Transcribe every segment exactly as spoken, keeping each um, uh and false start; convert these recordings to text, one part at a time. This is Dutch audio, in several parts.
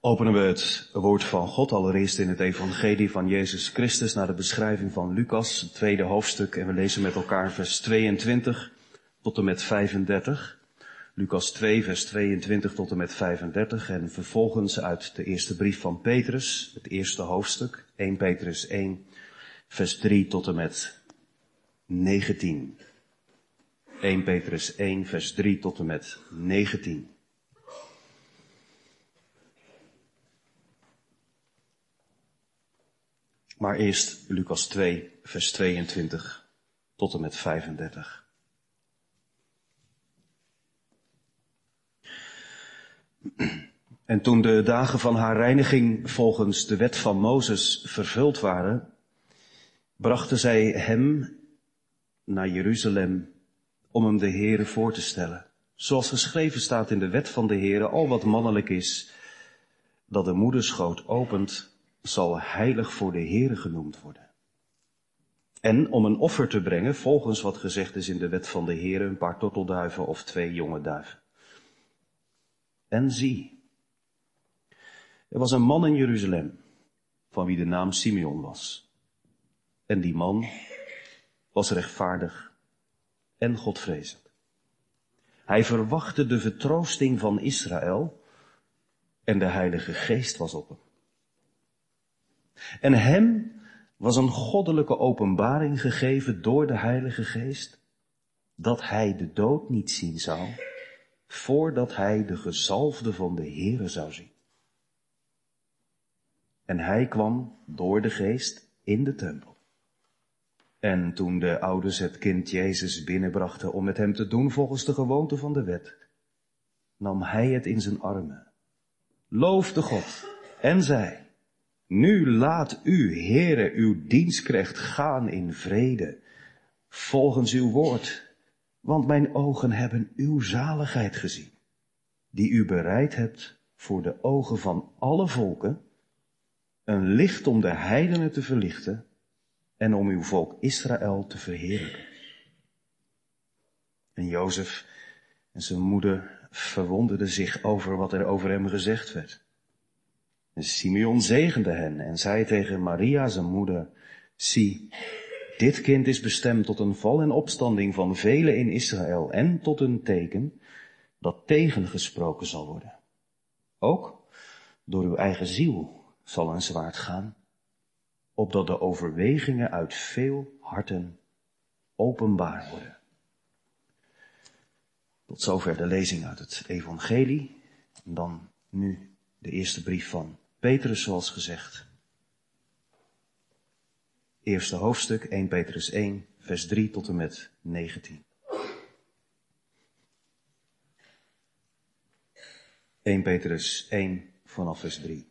Openen we het woord van God allereerst in het evangelie van Jezus Christus naar de beschrijving van Lucas, het tweede hoofdstuk. En we lezen met elkaar vers tweeëntwintig tot en met vijfendertig. Lucas twee, vers tweeëntwintig tot en met vijfendertig. En vervolgens uit de eerste brief van Petrus, het eerste hoofdstuk, eerste Petrus één, vers drie tot en met negentien. eerste Petrus één, vers drie tot en met negentien. Maar eerst Lucas twee, vers tweeëntwintig tot en met vijfendertig. En toen de dagen van haar reiniging volgens de wet van Mozes vervuld waren, brachten zij hem naar Jeruzalem om hem de Heere voor te stellen. Zoals geschreven staat in de wet van de Heere, al wat mannelijk is, dat de moederschoot opent, zal heilig voor de Heere genoemd worden. En om een offer te brengen, volgens wat gezegd is in de wet van de Heere, een paar tortelduiven of twee jonge duiven. En zie, er was een man in Jeruzalem, van wie de naam Simeon was. En die man was rechtvaardig en godvrezend. Hij verwachtte de vertroosting van Israël en de Heilige Geest was op hem. En hem was een goddelijke openbaring gegeven door de Heilige Geest, dat hij de dood niet zien zou, voordat hij de gezalfde van de Heere zou zien. En hij kwam door de Geest in de tempel. En toen de ouders het kind Jezus binnenbrachten om met hem te doen volgens de gewoonte van de wet, nam hij het in zijn armen, loofde God en zei: Nu laat u, Heere, uw dienstknecht gaan in vrede, volgens uw woord, want mijn ogen hebben uw zaligheid gezien, die u bereid hebt voor de ogen van alle volken, een licht om de heidenen te verlichten en om uw volk Israël te verheerlijken. En Jozef en zijn moeder verwonderden zich over wat er over hem gezegd werd. En Simeon zegende hen en zei tegen Maria, zijn moeder: Zie, dit kind is bestemd tot een val en opstanding van velen in Israël en tot een teken dat tegengesproken zal worden. Ook door uw eigen ziel zal een zwaard gaan, opdat de overwegingen uit veel harten openbaar worden. Tot zover de lezing uit het evangelie. En dan nu de eerste brief van Petrus, zoals gezegd. Eerste hoofdstuk, eerste Petrus één, vers drie tot en met negentien. eerste Petrus één, vanaf vers drie.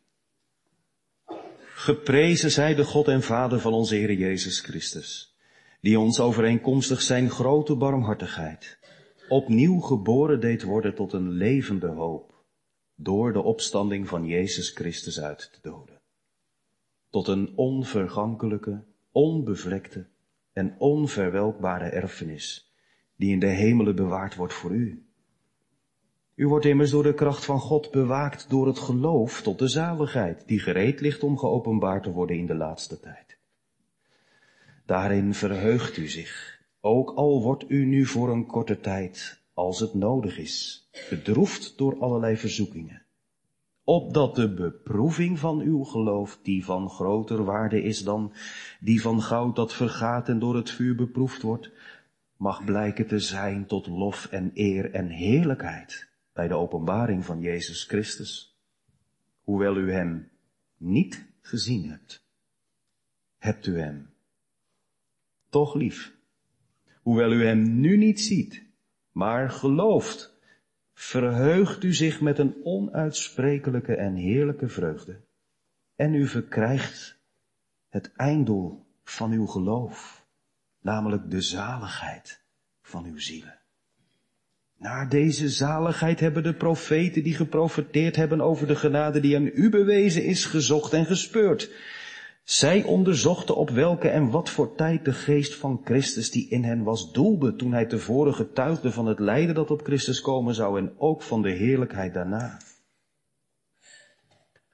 Geprezen zij de God en Vader van onze Heer Jezus Christus, die ons overeenkomstig zijn grote barmhartigheid opnieuw geboren deed worden tot een levende hoop, door de opstanding van Jezus Christus uit de doden. Tot een onvergankelijke, onbevlekte en onverwelkbare erfenis, die in de hemelen bewaard wordt voor u. U wordt immers door de kracht van God bewaakt door het geloof tot de zaligheid, die gereed ligt om geopenbaard te worden in de laatste tijd. Daarin verheugt u zich, ook al wordt u nu voor een korte tijd, als het nodig is, bedroefd door allerlei verzoekingen, opdat de beproeving van uw geloof, die van groter waarde is dan die van goud dat vergaat en door het vuur beproefd wordt, mag blijken te zijn tot lof en eer en heerlijkheid bij de openbaring van Jezus Christus. Hoewel u hem niet gezien hebt, hebt u hem toch lief. Hoewel u hem nu niet ziet, maar gelooft, verheugt u zich met een onuitsprekelijke en heerlijke vreugde. En u verkrijgt het einddoel van uw geloof, namelijk de zaligheid van uw zielen. Naar deze zaligheid hebben de profeten die geprofeteerd hebben over de genade die aan u bewezen is, gezocht en gespeurd. Zij onderzochten op welke en wat voor tijd de geest van Christus die in hen was doelde, toen hij tevoren getuigde van het lijden dat op Christus komen zou en ook van de heerlijkheid daarna.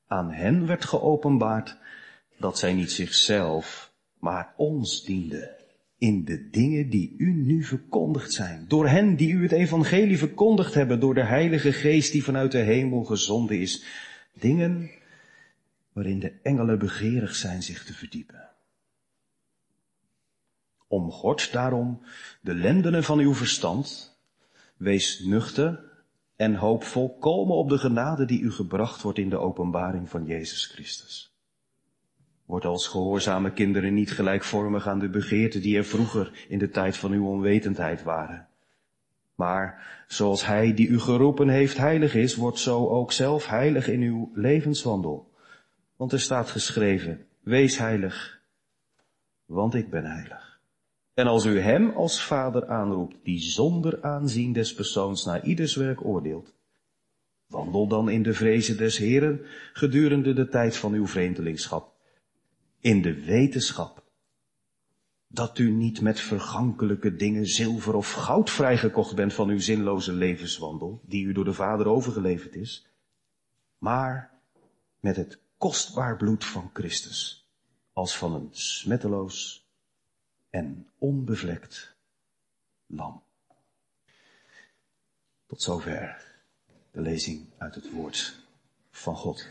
aan hen werd geopenbaard dat zij niet zichzelf, maar ons dienden in de dingen die u nu verkondigd zijn. Door hen die u het evangelie verkondigd hebben, door de Heilige Geest die vanuit de hemel gezonden is. Dingen waarin de engelen begeerig zijn zich te verdiepen. Omgord daarom de lendenen van uw verstand, wees nuchter en hoop volkomen op de genade die u gebracht wordt in de openbaring van Jezus Christus. Word als gehoorzame kinderen niet gelijkvormig aan de begeerten die er vroeger in de tijd van uw onwetendheid waren. Maar zoals Hij die u geroepen heeft heilig is, wordt zo ook zelf heilig in uw levenswandel. Want er staat geschreven, wees heilig, want ik ben heilig. En als u hem als vader aanroept, die zonder aanzien des persoons naar ieders werk oordeelt, wandel dan in de vrezen des Heren gedurende de tijd van uw vreemdelingschap, in de wetenschap dat u niet met vergankelijke dingen, zilver of goud vrijgekocht bent van uw zinloze levenswandel, die u door de Vader overgeleverd is, maar met het kostbaar bloed van Christus, als van een smetteloos en onbevlekt lam. Tot zover de lezing uit het woord van God.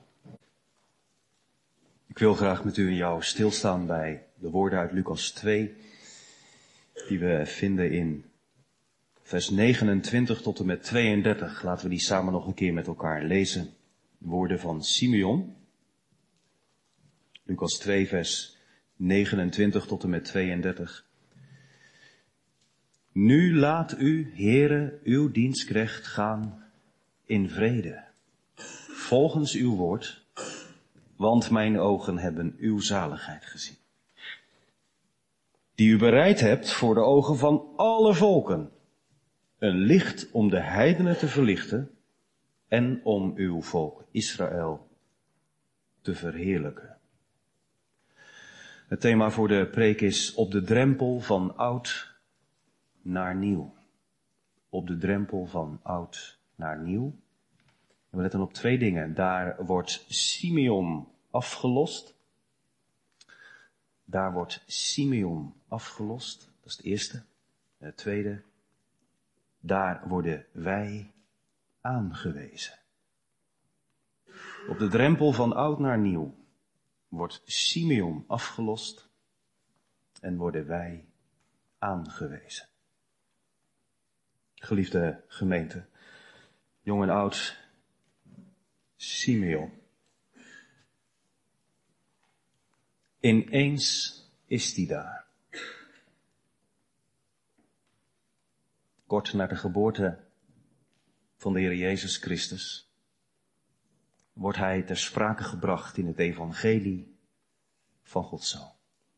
Ik wil graag met u en jou stilstaan bij de woorden uit Lucas twee, die we vinden in vers negenentwintig tot en met tweeëndertig. Laten we die samen nog een keer met elkaar lezen. Woorden van Simeon. Lucas twee, vers negenentwintig tot en met tweeëndertig. Nu laat u, Heere, uw dienstknecht gaan in vrede, volgens uw woord, want mijn ogen hebben uw zaligheid gezien, die u bereid hebt voor de ogen van alle volken, een licht om de heidenen te verlichten en om uw volk Israël te verheerlijken. Het thema voor de preek is op de drempel van oud naar nieuw. Op de drempel van oud naar nieuw. En we letten op twee dingen. Daar wordt Simeon afgelost. Daar wordt Simeon afgelost. Dat is het eerste. En het tweede. Daar worden wij aangewezen. Op de drempel van oud naar nieuw wordt Simeon afgelost en worden wij aangewezen. Geliefde gemeente, jong en oud, Simeon. Ineens is die daar. Kort na de geboorte van de Heer Jezus Christus wordt hij ter sprake gebracht in het evangelie van Gods Zoon.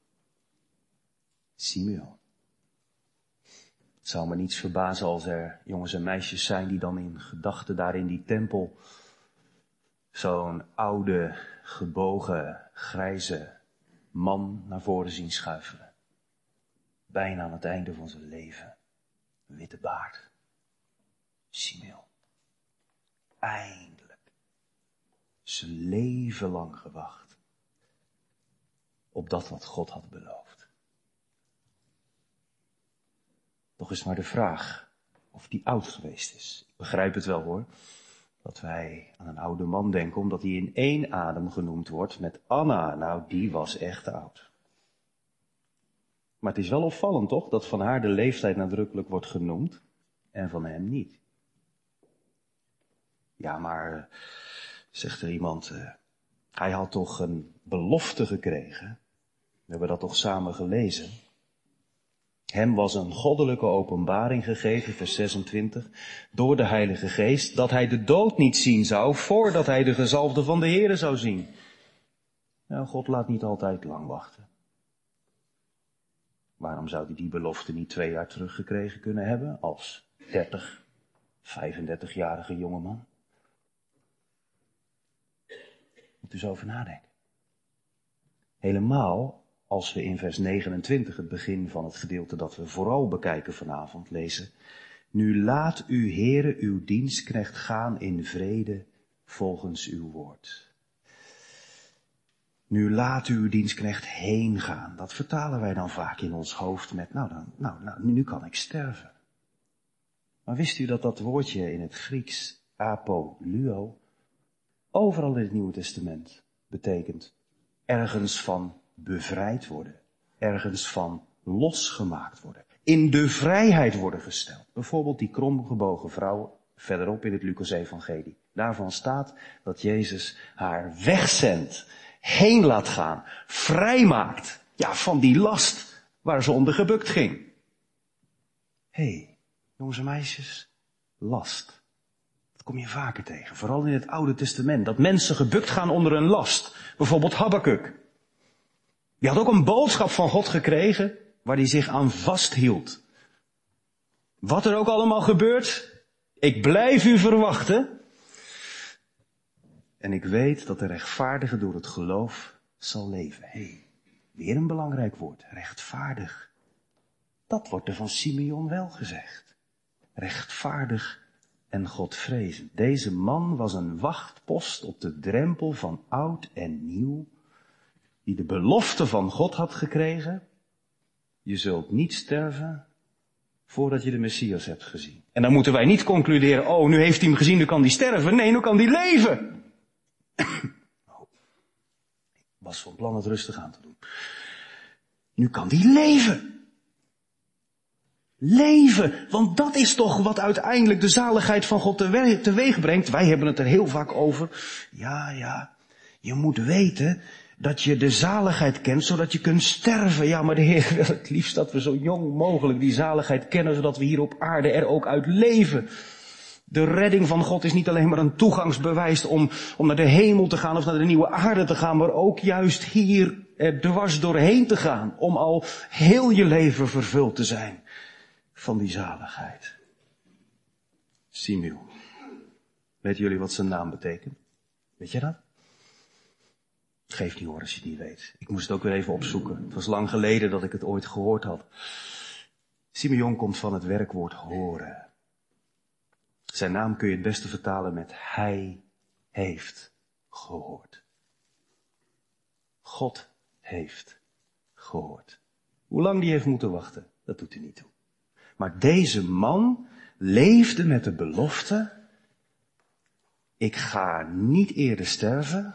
Simeon. Het zou me niets verbazen als er jongens en meisjes zijn die dan in gedachten daar in die tempel zo'n oude, gebogen, grijze man naar voren zien schuiven. Bijna aan het einde van zijn leven. Een witte baard. Simeon. Eindelijk. Zijn leven lang gewacht. Op dat wat God had beloofd. Toch is maar de vraag of die oud geweest is. Ik begrijp het wel hoor. Dat wij aan een oude man denken omdat hij in één adem genoemd wordt met Anna. Nou, die was echt oud. Maar het is wel opvallend toch, dat van haar de leeftijd nadrukkelijk wordt genoemd en van hem niet. Ja, maar, zegt er iemand, uh, hij had toch een belofte gekregen. We hebben dat toch samen gelezen. Hem was een goddelijke openbaring gegeven, vers zesentwintig, door de Heilige Geest, dat hij de dood niet zien zou, voordat hij de gezalfde van de Heere zou zien. Nou, God laat niet altijd lang wachten. Waarom zou hij die belofte niet twee jaar teruggekregen kunnen hebben, als dertig, vijfendertigjarige jongeman? Moet u eens over nadenken. Helemaal als we in vers negenentwintig, het begin van het gedeelte dat we vooral bekijken vanavond, lezen. Nu laat u, Heere, uw dienstknecht gaan in vrede volgens uw woord. Nu laat u uw dienstknecht heen gaan. Dat vertalen wij dan vaak in ons hoofd met, nou, dan, nou, nou, nu kan ik sterven. Maar wist u dat dat woordje in het Grieks, apoluo, overal in het Nieuwe Testament betekent ergens van bevrijd worden, ergens van losgemaakt worden, in de vrijheid worden gesteld. Bijvoorbeeld die kromgebogen vrouw verderop in het Lucas-evangelie. Daarvan staat dat Jezus haar wegzendt, heen laat gaan, vrijmaakt, ja, van die last waar ze onder gebukt ging. Hé, hey, jongens en meisjes, last. Dat kom je vaker tegen, vooral in het Oude Testament, dat mensen gebukt gaan onder een last. Bijvoorbeeld Habakuk. Die had ook een boodschap van God gekregen waar hij zich aan vasthield. Wat er ook allemaal gebeurt, ik blijf u verwachten. En ik weet dat de rechtvaardige door het geloof zal leven. Hé, hey, weer een belangrijk woord, rechtvaardig. Dat wordt er van Simeon wel gezegd. Rechtvaardig en Godvrezend. Deze man was een wachtpost op de drempel van oud en nieuw, die de belofte van God had gekregen. Je zult niet sterven voordat je de Messias hebt gezien. En dan moeten wij niet concluderen, oh, nu heeft hij hem gezien, nu kan hij sterven. Nee, nu kan hij leven. Oh, ik was van plan het rustig aan te doen. Nu kan hij leven. Leven, want dat is toch wat uiteindelijk de zaligheid van God teweeg brengt. Wij hebben het er heel vaak over. Ja, ja, je moet weten dat je de zaligheid kent, zodat je kunt sterven. Ja, maar de Heer wil het liefst dat we zo jong mogelijk die zaligheid kennen, zodat we hier op aarde er ook uit leven. De redding van God is niet alleen maar een toegangsbewijs om, om naar de hemel te gaan of naar de nieuwe aarde te gaan, maar ook juist hier er dwars doorheen te gaan, om al heel je leven vervuld te zijn van die zaligheid. Simeon. Weten jullie wat zijn naam betekent? Weet je dat? Geeft niet hoor als je het niet weet. Ik moest het ook weer even opzoeken. Het was lang geleden dat ik het ooit gehoord had. Simeon komt van het werkwoord horen. Zijn naam kun je het beste vertalen met hij heeft gehoord. God heeft gehoord. Hoe lang die heeft moeten wachten, dat doet er niet toe. Maar deze man leefde met de belofte, ik ga niet eerder sterven,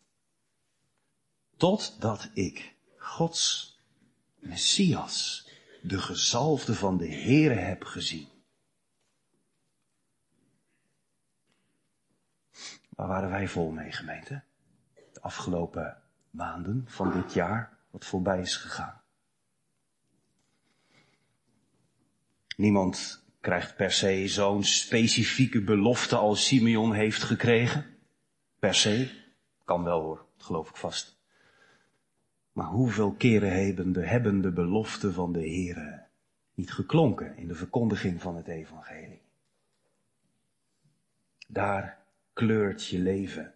totdat ik Gods Messias, de gezalfde van de Heere, heb gezien. Waar waren wij vol mee, gemeente? De afgelopen maanden van dit jaar, wat voorbij is gegaan. Niemand krijgt per se zo'n specifieke belofte als Simeon heeft gekregen. Per se. Kan wel hoor, dat geloof ik vast. Maar hoeveel keren hebben de, hebben de beloften van de Heere niet geklonken in de verkondiging van het evangelie? Daar kleurt je leven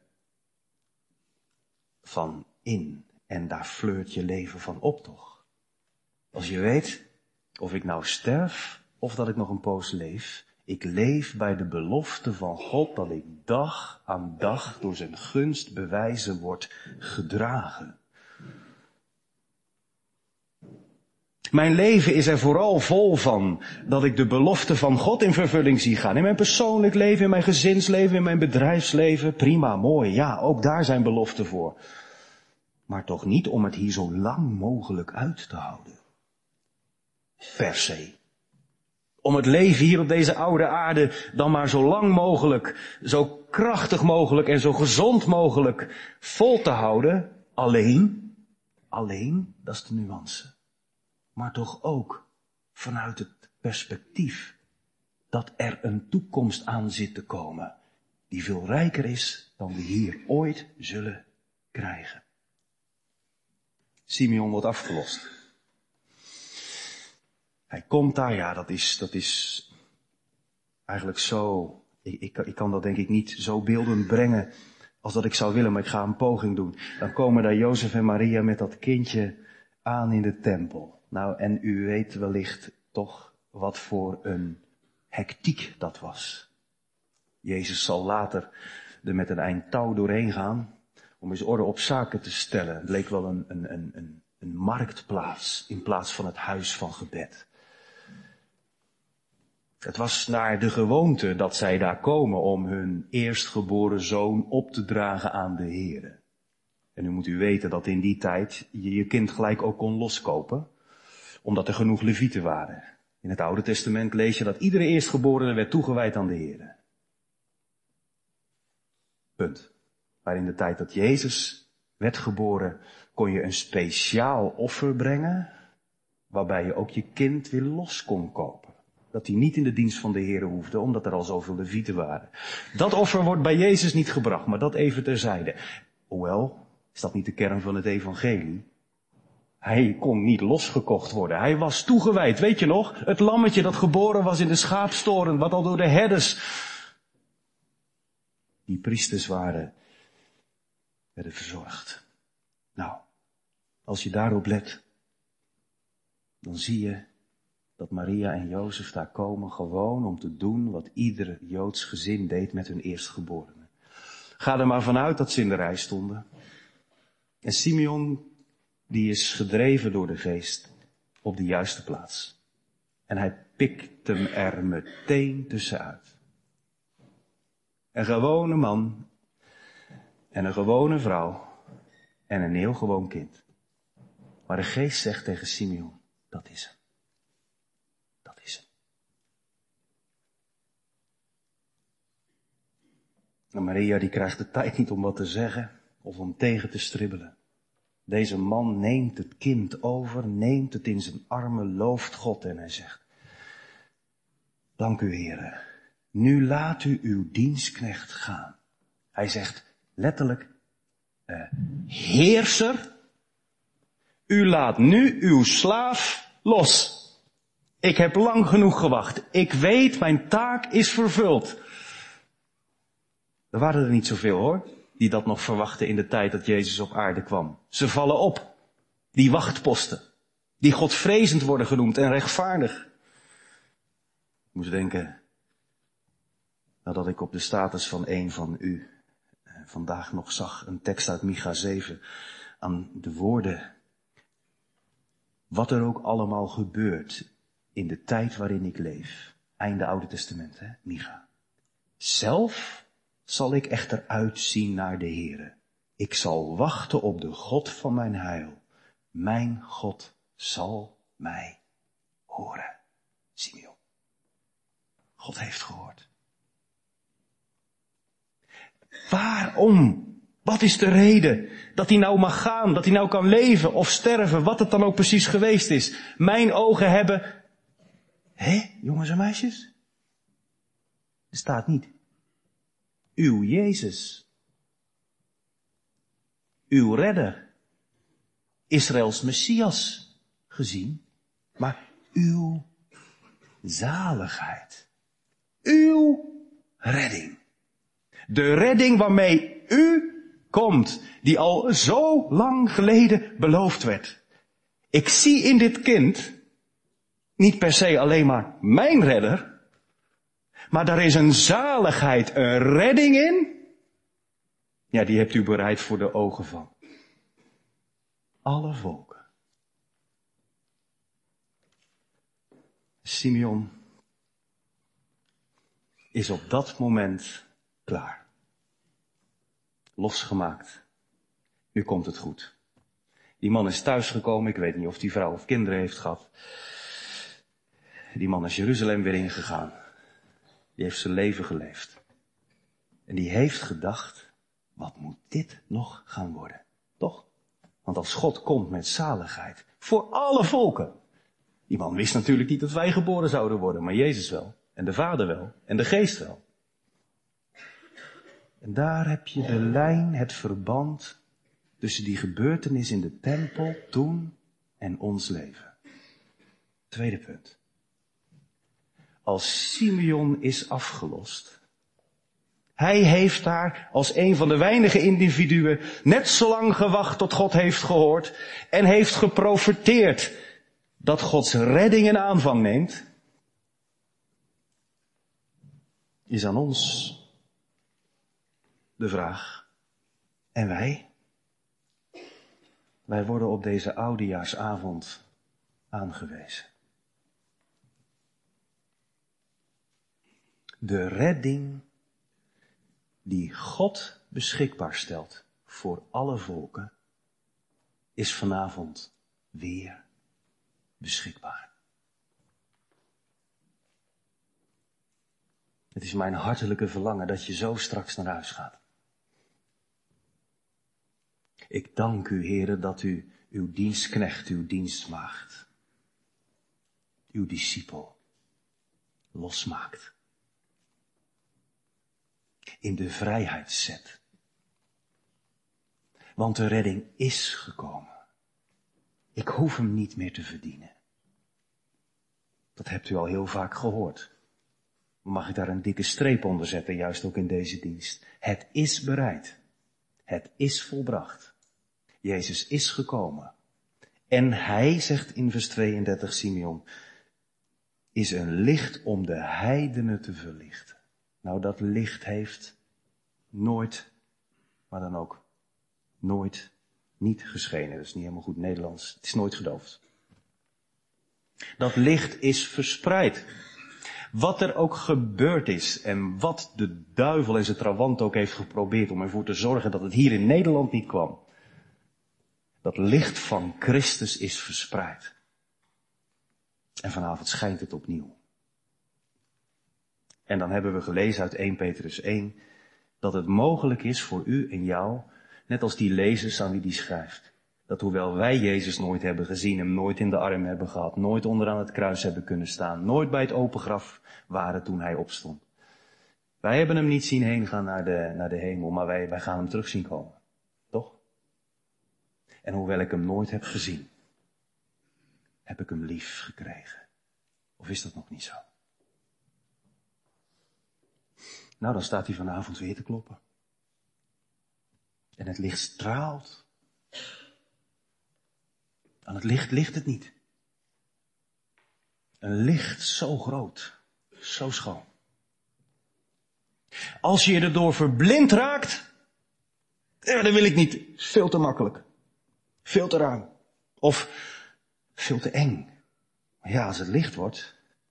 van in en daar fleurt je leven van op toch. Als je weet, of ik nou sterf of dat ik nog een poos leef, ik leef bij de belofte van God dat ik dag aan dag door zijn gunst bewijzen word gedragen. Mijn leven is er vooral vol van dat ik de belofte van God in vervulling zie gaan. In mijn persoonlijk leven, in mijn gezinsleven, in mijn bedrijfsleven. Prima, mooi. Ja, ook daar zijn beloften voor. Maar toch niet om het hier zo lang mogelijk uit te houden. Per se. Om het leven hier op deze oude aarde dan maar zo lang mogelijk, zo krachtig mogelijk en zo gezond mogelijk vol te houden. Alleen, alleen, dat is de nuance. Maar toch ook vanuit het perspectief dat er een toekomst aan zit te komen die veel rijker is dan we hier ooit zullen krijgen. Simeon wordt afgelost. Hij komt daar, ja, dat is, dat is eigenlijk zo, ik, ik, ik kan dat denk ik niet zo beeldend brengen als dat ik zou willen, maar ik ga een poging doen. Dan komen daar Jozef en Maria met dat kindje aan in de tempel. Nou, en u weet wellicht toch wat voor een hectiek dat was. Jezus zal later er met een eind touw doorheen gaan, om eens orde op zaken te stellen. Het leek wel een, een, een, een, een marktplaats in plaats van het huis van gebed. Het was naar de gewoonte dat zij daar komen om hun eerstgeboren zoon op te dragen aan de Heere. En nu moet u weten dat in die tijd je je kind gelijk ook kon loskopen, omdat er genoeg levieten waren. In het Oude Testament lees je dat iedere eerstgeborene werd toegewijd aan de Heere. Punt. Maar in de tijd dat Jezus werd geboren, kon je een speciaal offer brengen, waarbij je ook je kind weer los kon kopen. Dat hij niet in de dienst van de Heere hoefde, omdat er al zoveel levieten waren. Dat offer wordt bij Jezus niet gebracht, maar dat even terzijde. Hoewel, is dat niet de kern van het evangelie? Hij kon niet losgekocht worden. Hij was toegewijd. Weet je nog? Het lammetje dat geboren was in de schaapstoren, wat al door de herders, die priesters waren, werden verzorgd. Nou, als je daarop let, dan zie je dat Maria en Jozef daar komen gewoon om te doen wat ieder Joods gezin deed met hun eerstgeborene. Ga er maar vanuit dat ze in de rij stonden. En Simeon, die is gedreven door de geest op de juiste plaats. En hij pikt hem er meteen tussenuit. Een gewone man en een gewone vrouw en een heel gewoon kind. Maar de geest zegt tegen Simeon, dat is hem. Dat is hem. En Maria die krijgt de tijd niet om wat te zeggen of om tegen te stribbelen. Deze man neemt het kind over, neemt het in zijn armen, looft God en hij zegt, dank u Heere, nu laat u uw dienstknecht gaan. Hij zegt letterlijk, uh, heerser, u laat nu uw slaaf los. Ik heb lang genoeg gewacht. Ik weet, mijn taak is vervuld. Er waren er niet zoveel hoor, die dat nog verwachten in de tijd dat Jezus op aarde kwam. Ze vallen op. Die wachtposten. Die godvrezend worden genoemd en rechtvaardig. Ik moest denken, nadat ik op de status van een van u eh, vandaag nog zag, een tekst uit Micha zeven, aan de woorden. Wat er ook allemaal gebeurt in de tijd waarin ik leef. Einde Oude Testament, hè, Micha. Zelf zal ik echter uitzien naar de Heere. Ik zal wachten op de God van mijn heil. Mijn God zal mij horen. Simeon. God heeft gehoord. Waarom? Wat is de reden dat hij nou mag gaan, dat hij nou kan leven of sterven, wat het dan ook precies geweest is? Mijn ogen hebben... Hé, jongens en meisjes? Er staat niet. Uw Jezus. Uw redder. Israëls Messias gezien. Maar uw zaligheid. Uw redding. De redding waarmee u komt, die al zo lang geleden beloofd werd. Ik zie in dit kind niet per se alleen maar mijn redder, maar daar is een zaligheid, een redding in. Ja, die hebt u bereid voor de ogen van alle volken. Simeon is op dat moment klaar. Losgemaakt. Nu komt het goed. Die man is thuisgekomen. Ik weet niet of die vrouw of kinderen heeft gehad. Die man is Jeruzalem weer ingegaan. Die heeft zijn leven geleefd. En die heeft gedacht, wat moet dit nog gaan worden? Toch? Want als God komt met zaligheid voor alle volken. Die man wist natuurlijk niet dat wij geboren zouden worden, maar Jezus wel. En de Vader wel. En de Geest wel. En daar heb je de lijn, het verband tussen die gebeurtenis in de tempel toen en ons leven. Tweede punt. Als Simeon is afgelost. Hij heeft daar als een van de weinige individuen net zo lang gewacht tot God heeft gehoord en heeft geprofeteerd dat Gods redding in aanvang neemt. Is aan ons de vraag. En wij? Wij worden op deze oudejaarsavond aangewezen. De redding die God beschikbaar stelt voor alle volken, is vanavond weer beschikbaar. Het is mijn hartelijke verlangen dat je zo straks naar huis gaat. Ik dank u, Heere, dat u uw dienstknecht, uw dienstmaagd, uw discipel losmaakt. In de vrijheid zet. Want de redding is gekomen. Ik hoef hem niet meer te verdienen. Dat hebt u al heel vaak gehoord. Mag ik daar een dikke streep onder zetten, juist ook in deze dienst. Het is bereid. Het is volbracht. Jezus is gekomen. En hij, zegt in vers tweeëndertig Simeon, is een licht om de heidenen te verlichten. Nou, dat licht heeft nooit, maar dan ook nooit niet geschenen. Dat is niet helemaal goed Nederlands. Het is nooit gedoofd. Dat licht is verspreid. Wat er ook gebeurd is en wat de duivel en zijn trawant ook heeft geprobeerd om ervoor te zorgen dat het hier in Nederland niet kwam. Dat licht van Christus is verspreid. En vanavond schijnt het opnieuw. En dan hebben we gelezen uit eerste Petrus één, dat het mogelijk is voor u en jou, net als die lezers aan wie die schrijft, dat hoewel wij Jezus nooit hebben gezien, hem nooit in de arm hebben gehad, nooit onderaan het kruis hebben kunnen staan, nooit bij het open graf waren toen hij opstond. Wij hebben hem niet zien heen gaan naar de, naar de hemel, maar wij, wij gaan hem terug zien komen. Toch? En hoewel ik hem nooit heb gezien, heb ik hem lief gekregen. Of is dat nog niet zo? Nou, dan staat hij vanavond weer te kloppen. En het licht straalt. Aan het licht ligt het niet. Een licht zo groot, zo schoon. Als je je erdoor verblind raakt, ja, dan wil ik niet. Veel te makkelijk. Veel te ruim. Of veel te eng. Maar ja, als het licht wordt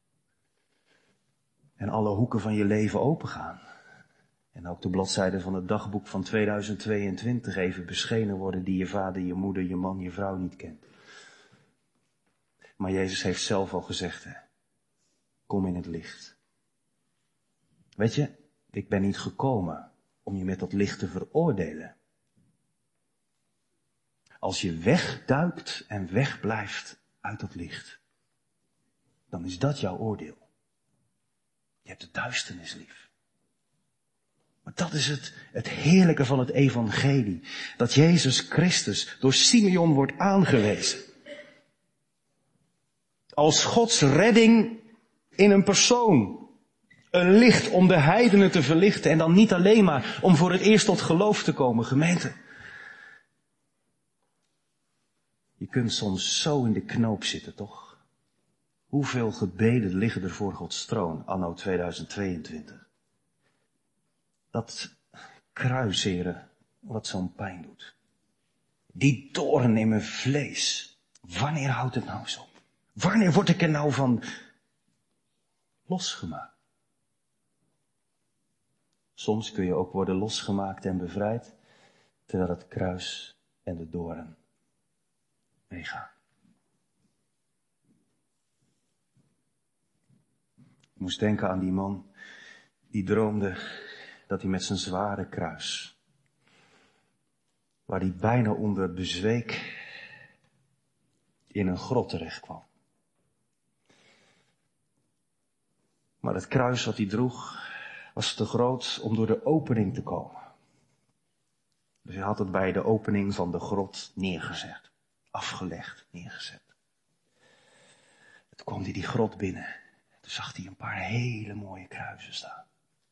en alle hoeken van je leven opengaan en ook de bladzijden van het dagboek van tweeduizend tweeëntwintig even beschenen worden die je vader, je moeder, je man, je vrouw niet kent. Maar Jezus heeft zelf al gezegd, hè, kom in het licht. Weet je, ik ben niet gekomen om je met dat licht te veroordelen. Als je wegduikt en wegblijft uit dat licht, dan is dat jouw oordeel. Je hebt de duisternis lief. Maar dat is het, het heerlijke van het evangelie. Dat Jezus Christus door Simeon wordt aangewezen. Als Gods redding in een persoon. Een licht om de heidenen te verlichten. En dan niet alleen maar om voor het eerst tot geloof te komen, gemeente. Je kunt soms zo in de knoop zitten, toch? Hoeveel gebeden liggen er voor Gods troon, anno tweeduizend tweeëntwintig? Dat kruis, heren, wat zo'n pijn doet. Die doorn in mijn vlees. Wanneer houdt het nou zo? Wanneer word ik er nou van losgemaakt? Soms kun je ook worden losgemaakt en bevrijd, terwijl het kruis en de doorn meegaan. Ik moest denken aan die man die droomde dat hij met zijn zware kruis, waar hij bijna onder bezweek, in een grot terecht kwam. Maar het kruis wat hij droeg was te groot om door de opening te komen. Dus hij had het bij de opening van de grot neergezet. Afgelegd, neergezet. Toen kwam hij die grot binnen. Toen zag hij een paar hele mooie kruisen staan.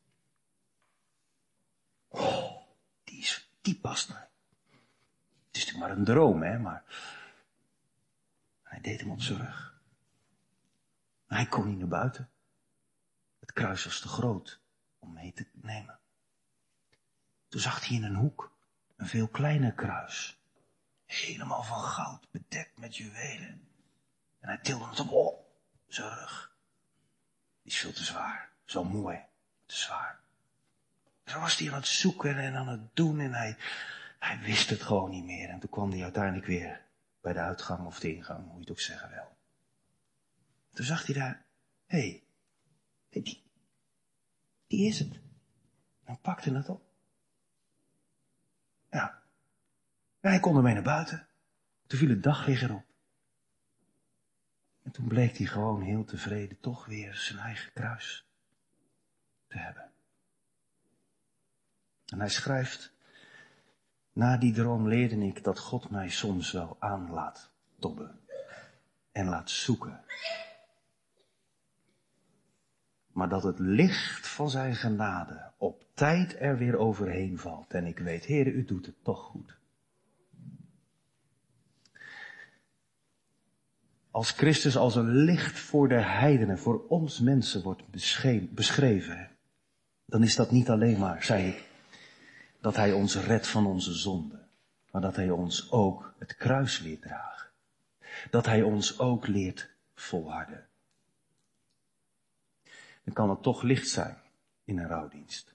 Oh, die, is, die past mij. Het is natuurlijk maar een droom, hè, maar hij deed hem op zijn rug. Hij kon niet naar buiten. Het kruis was te groot om mee te nemen. Toen zag hij in een hoek een veel kleiner kruis. Helemaal van goud, bedekt met juwelen. En hij tilde het op, oh, zijn rug. Die is veel te zwaar, zo mooi, te zwaar. Zo was hij aan het zoeken en aan het doen en hij, hij wist het gewoon niet meer. En toen kwam hij uiteindelijk weer bij de uitgang of de ingang, hoe je het ook zeggen wil. Toen zag hij daar, hé, hey, hey, die, die is het. En pakte het op. Ja. En hij kon ermee naar buiten. Toen viel het daglicht erop. En toen bleek hij gewoon heel tevreden toch weer zijn eigen kruis te hebben. En hij schrijft, na die droom leerde ik dat God mij soms wel aan laat tobben en laat zoeken. Maar dat het licht van zijn genade op tijd er weer overheen valt. En ik weet, Heere, u doet het toch goed. Als Christus als een licht voor de heidenen, voor ons mensen wordt beschreven, dan is dat niet alleen maar, zei ik, dat hij ons redt van onze zonden, maar dat hij ons ook het kruis leert dragen. Dat hij ons ook leert volharden. Dan kan het toch licht zijn in een rouwdienst.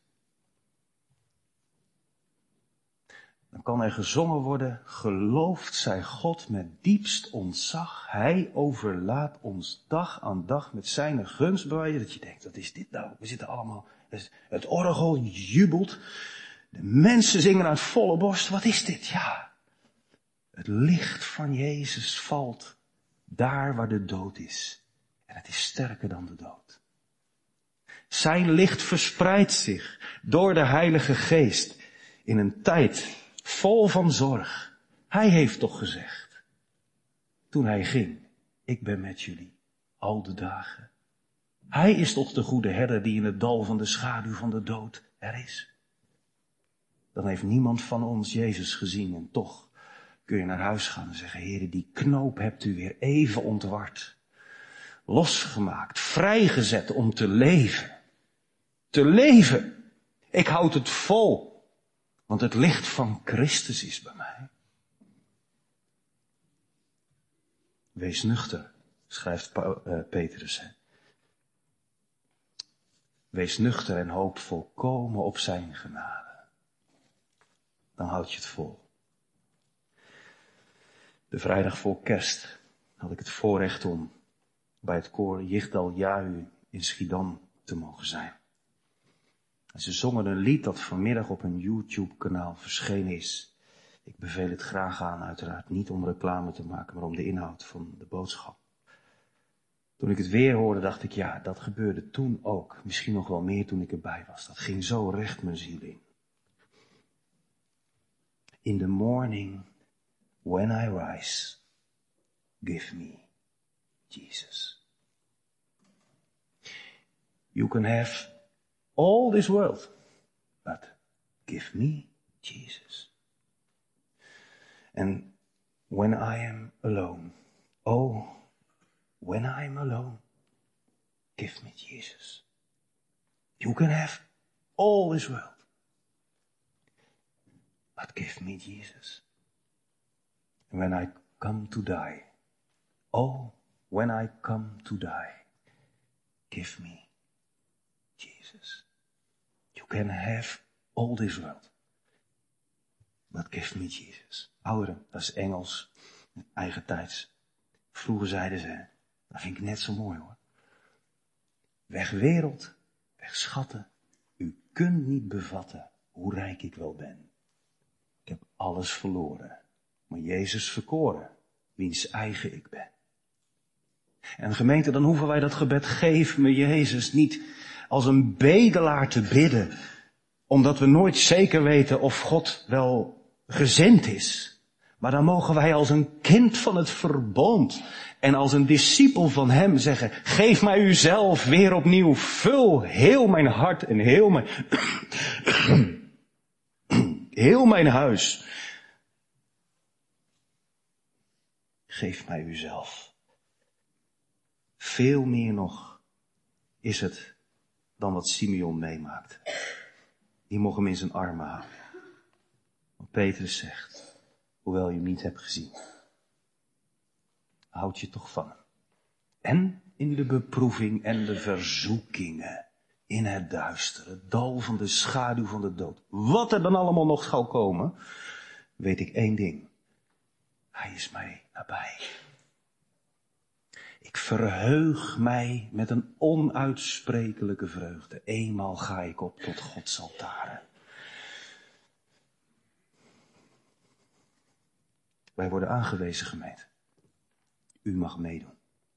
Dan kan er gezongen worden, geloofd zij God met diepst ontzag. Hij overlaat ons dag aan dag met zijn gunstbewijzen. Dat je denkt, wat is dit nou? We zitten allemaal, het orgel jubelt. De mensen zingen uit volle borst. Wat is dit? Ja, het licht van Jezus valt daar waar de dood is. En het is sterker dan de dood. Zijn licht verspreidt zich door de Heilige Geest in een tijd vol van zorg. Hij heeft toch gezegd, toen hij ging, ik ben met jullie al de dagen. Hij is toch de goede herder die in het dal van de schaduw van de dood er is. Dan heeft niemand van ons Jezus gezien en toch kun je naar huis gaan en zeggen, Heere, die knoop hebt u weer even ontward. Losgemaakt, vrijgezet om te leven. Te leven. Ik houd het vol. Want het licht van Christus is bij mij. Wees nuchter, schrijft Petrus. Wees nuchter en hoop volkomen op zijn genade. Dan houd je het vol. De vrijdag voor kerst had ik het voorrecht om bij het koor Yichtal Yahu in Schiedam te mogen zijn. En ze zongen een lied dat vanmiddag op een YouTube-kanaal verschenen is. Ik beveel het graag aan, uiteraard niet om reclame te maken, maar om de inhoud van de boodschap. Toen ik het weer hoorde, dacht ik, ja, dat gebeurde toen ook. Misschien nog wel meer toen ik erbij was. Dat ging zo recht mijn ziel in. In the morning, when I rise, give me Jesus. You can have all this world, but give me Jesus. And when I am alone, oh, when I am alone, give me Jesus. You can have all this world, but give me Jesus. And when I come to die, oh, when I come to die, give me Jesus. You can have all this world, but give me Jesus. Ouderen, dat is Engels, eigen tijds. Vroeger zeiden ze, dat vind ik net zo mooi hoor. Weg wereld, weg schatten, u kunt niet bevatten hoe rijk ik wel ben. Ik heb alles verloren, maar Jezus verkoren, wiens eigen ik ben. En gemeente, dan hoeven wij dat gebed, geef me Jezus, niet als een bedelaar te bidden, omdat we nooit zeker weten of God wel gezind is. Maar dan mogen wij als een kind van het verbond en als een discipel van hem zeggen, geef mij uzelf weer opnieuw, vul heel mijn hart en heel mijn, heel mijn huis. Geef mij uzelf. Veel meer nog is het dan wat Simeon meemaakte. Die mocht hem in zijn armen houden. Want Petrus zegt, hoewel je hem niet hebt gezien. Houd je toch van hem. En in de beproeving en de verzoekingen, in het duister, het dal van de schaduw van de dood. Wat er dan allemaal nog zou komen, weet ik één ding. Hij is mij nabij. Ik verheug mij met een onuitsprekelijke vreugde. Eenmaal ga ik op tot Gods altaren. Wij worden aangewezen, gemeente. U mag meedoen.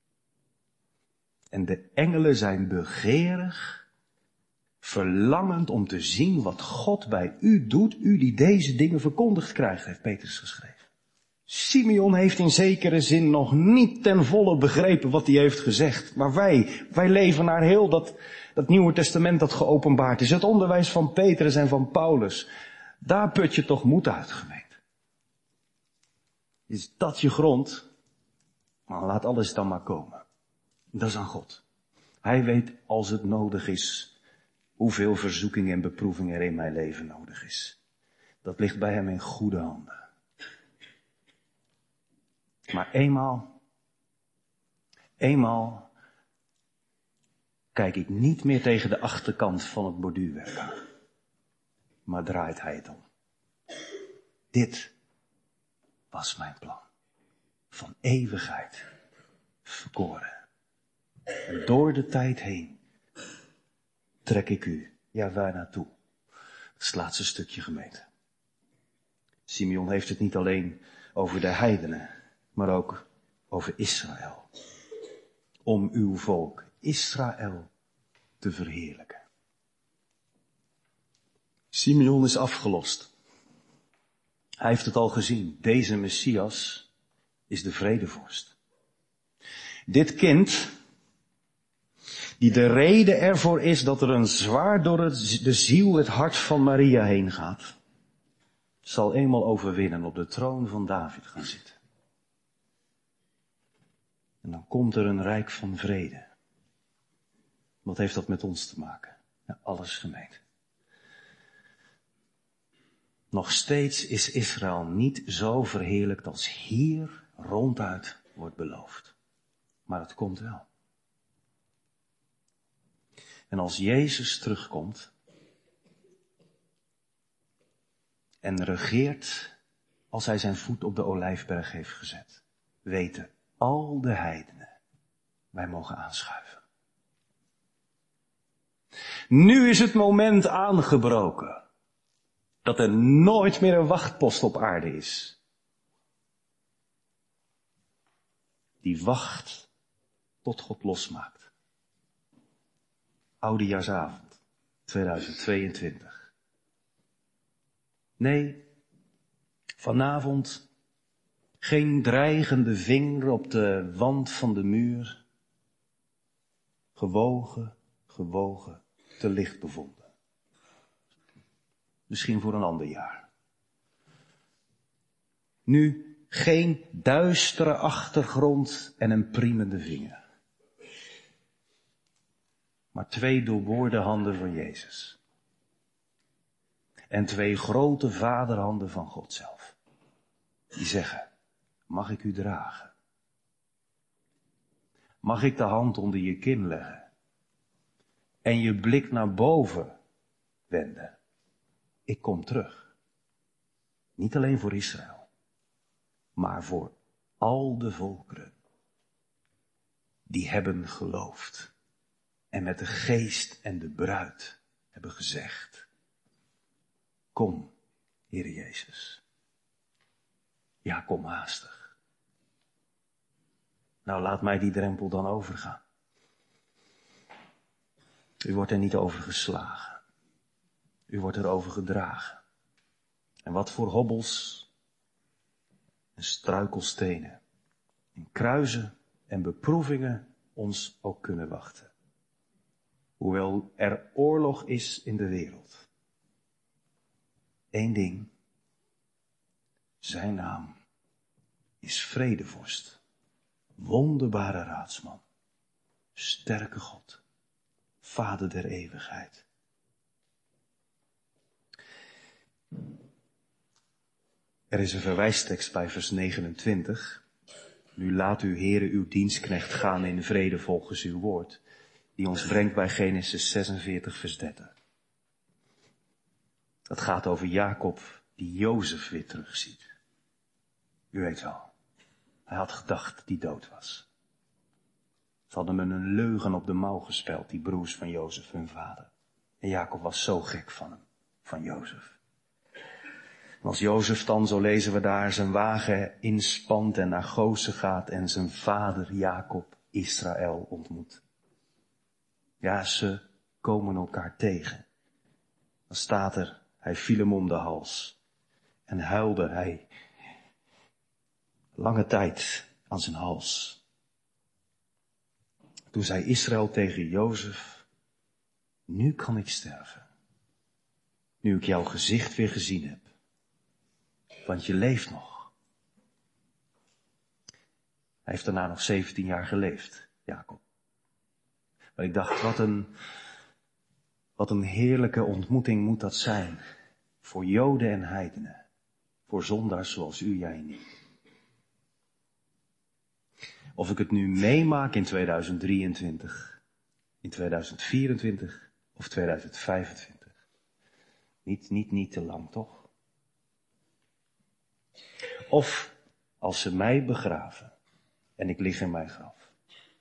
En de engelen zijn begeerig, verlangend om te zien wat God bij u doet, u die deze dingen verkondigd krijgt, heeft Petrus geschreven. Simeon heeft in zekere zin nog niet ten volle begrepen wat hij heeft gezegd. Maar wij, wij leven naar heel dat, dat Nieuwe Testament dat geopenbaard is. Het onderwijs van Petrus en van Paulus. Daar put je toch moed uit, gemeente. Is dat je grond? Maar laat alles dan maar komen. Dat is aan God. Hij weet als het nodig is hoeveel verzoeking en beproeving er in mijn leven nodig is. Dat ligt bij hem in goede handen. Maar eenmaal, eenmaal kijk ik niet meer tegen de achterkant van het borduurwerk aan. Maar draait hij het om. Dit was mijn plan. Van eeuwigheid verkoren. En door de tijd heen trek ik u, ja waar naartoe. Dat is het laatste stukje, gemeente. Simeon heeft het niet alleen over de heidenen, maar ook over Israël. Om uw volk, Israël, te verheerlijken. Simeon is afgelost. Hij heeft het al gezien. Deze Messias is de vredevorst. Dit kind, die de reden ervoor is dat er een zwaard door het, de ziel, het hart van Maria heen gaat, zal eenmaal overwinnen, op de troon van David gaan zitten. En dan komt er een rijk van vrede. Wat heeft dat met ons te maken? Ja, alles, gemeente. Nog steeds is Israël niet zo verheerlijkt als hier ronduit wordt beloofd. Maar het komt wel. En als Jezus terugkomt en regeert als hij zijn voet op de Olijfberg heeft gezet, weten al de heidenen, wij mogen aanschuiven. Nu is het moment aangebroken dat er nooit meer een wachtpost op aarde is. Die wacht tot God losmaakt. Oudejaarsavond tweeduizend tweeëntwintig. Nee, vanavond geen dreigende vinger op de wand van de muur. Gewogen, gewogen, te licht bevonden. Misschien voor een ander jaar. Nu geen duistere achtergrond en een priemende vinger. Maar twee doorboorde handen van Jezus. En twee grote vaderhanden van God zelf. Die zeggen, mag ik u dragen? Mag ik de hand onder je kin leggen? En je blik naar boven wenden? Ik kom terug. Niet alleen voor Israël, maar voor al de volkeren. Die hebben geloofd. En met de geest en de bruid hebben gezegd, kom, Heer Jezus. Ja, kom haastig. Nou, laat mij die drempel dan overgaan. U wordt er niet over geslagen. U wordt er over gedragen. En wat voor hobbels en struikelstenen en kruizen en beproevingen ons ook kunnen wachten. Hoewel er oorlog is in de wereld. Eén ding. Zijn naam is vredevorst. Wonderbare raadsman. Sterke God. Vader der eeuwigheid. Er is een verwijstekst bij vers negenentwintig. Nu laat uw Heere uw dienstknecht gaan in vrede volgens uw woord. Die ons brengt bij Genesis zesenveertig vers dertig. Dat gaat over Jacob die Jozef weer terugziet. U weet wel. Hij had gedacht dat hij dood was. Ze hadden hem een leugen op de mouw gespeld, die broers van Jozef, hun vader. En Jacob was zo gek van hem, van Jozef. En als Jozef dan, zo lezen we daar, zijn wagen inspant en naar Gozen gaat en zijn vader Jacob Israël ontmoet. Ja, ze komen elkaar tegen. Dan staat er, hij viel hem om de hals en huilde hij lange tijd aan zijn hals. Toen zei Israël tegen Jozef, nu kan ik sterven. Nu ik jouw gezicht weer gezien heb. Want je leeft nog. Hij heeft daarna nog zeventien jaar geleefd, Jacob. Maar ik dacht, wat een, wat een heerlijke ontmoeting moet dat zijn. Voor Joden en heidenen. Voor zondaars zoals u, jij niet. Of ik het nu meemaak in tweeduizend drieëntwintig, in tweeduizend vierentwintig of tweeduizend vijfentwintig. Niet, niet, niet te lang, toch? Of als ze mij begraven en ik lig in mijn graf.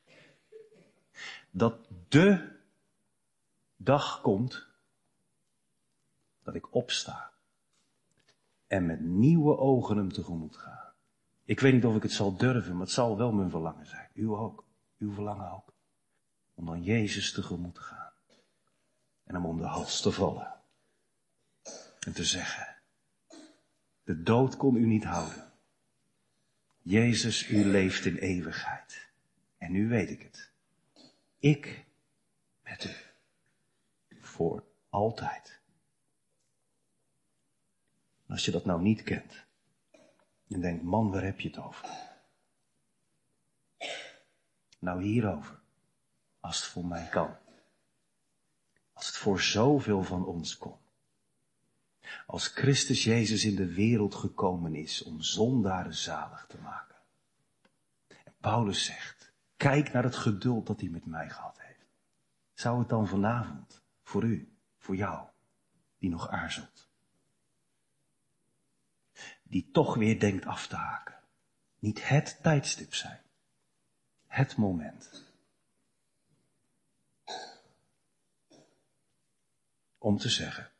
Dat de dag komt dat ik opsta en met nieuwe ogen hem tegemoet ga. Ik weet niet of ik het zal durven, maar het zal wel mijn verlangen zijn. U ook, uw verlangen ook. Om dan Jezus tegemoet te gaan. En hem om de hals te vallen. En te zeggen, de dood kon u niet houden. Jezus, u leeft in eeuwigheid. En nu weet ik het. Ik met u. Voor altijd. En als je dat nou niet kent. En denkt, man, waar heb je het over? Nou, hierover. Als het voor mij kan. Als het voor zoveel van ons kon. Als Christus Jezus in de wereld gekomen is om zondaren zalig te maken. En Paulus zegt, kijk naar het geduld dat hij met mij gehad heeft. Zou het dan vanavond, voor u, voor jou, die nog aarzelt. Die toch weer denkt af te haken. Niet het tijdstip zijn. Het moment. Om te zeggen.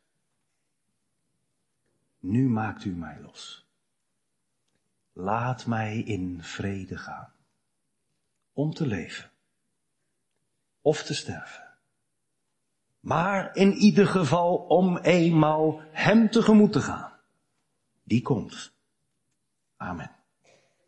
Nu maakt u mij los. Laat mij in vrede gaan. Om te leven. Of te sterven. Maar in ieder geval om eenmaal hem tegemoet te gaan. Die komt. Amen.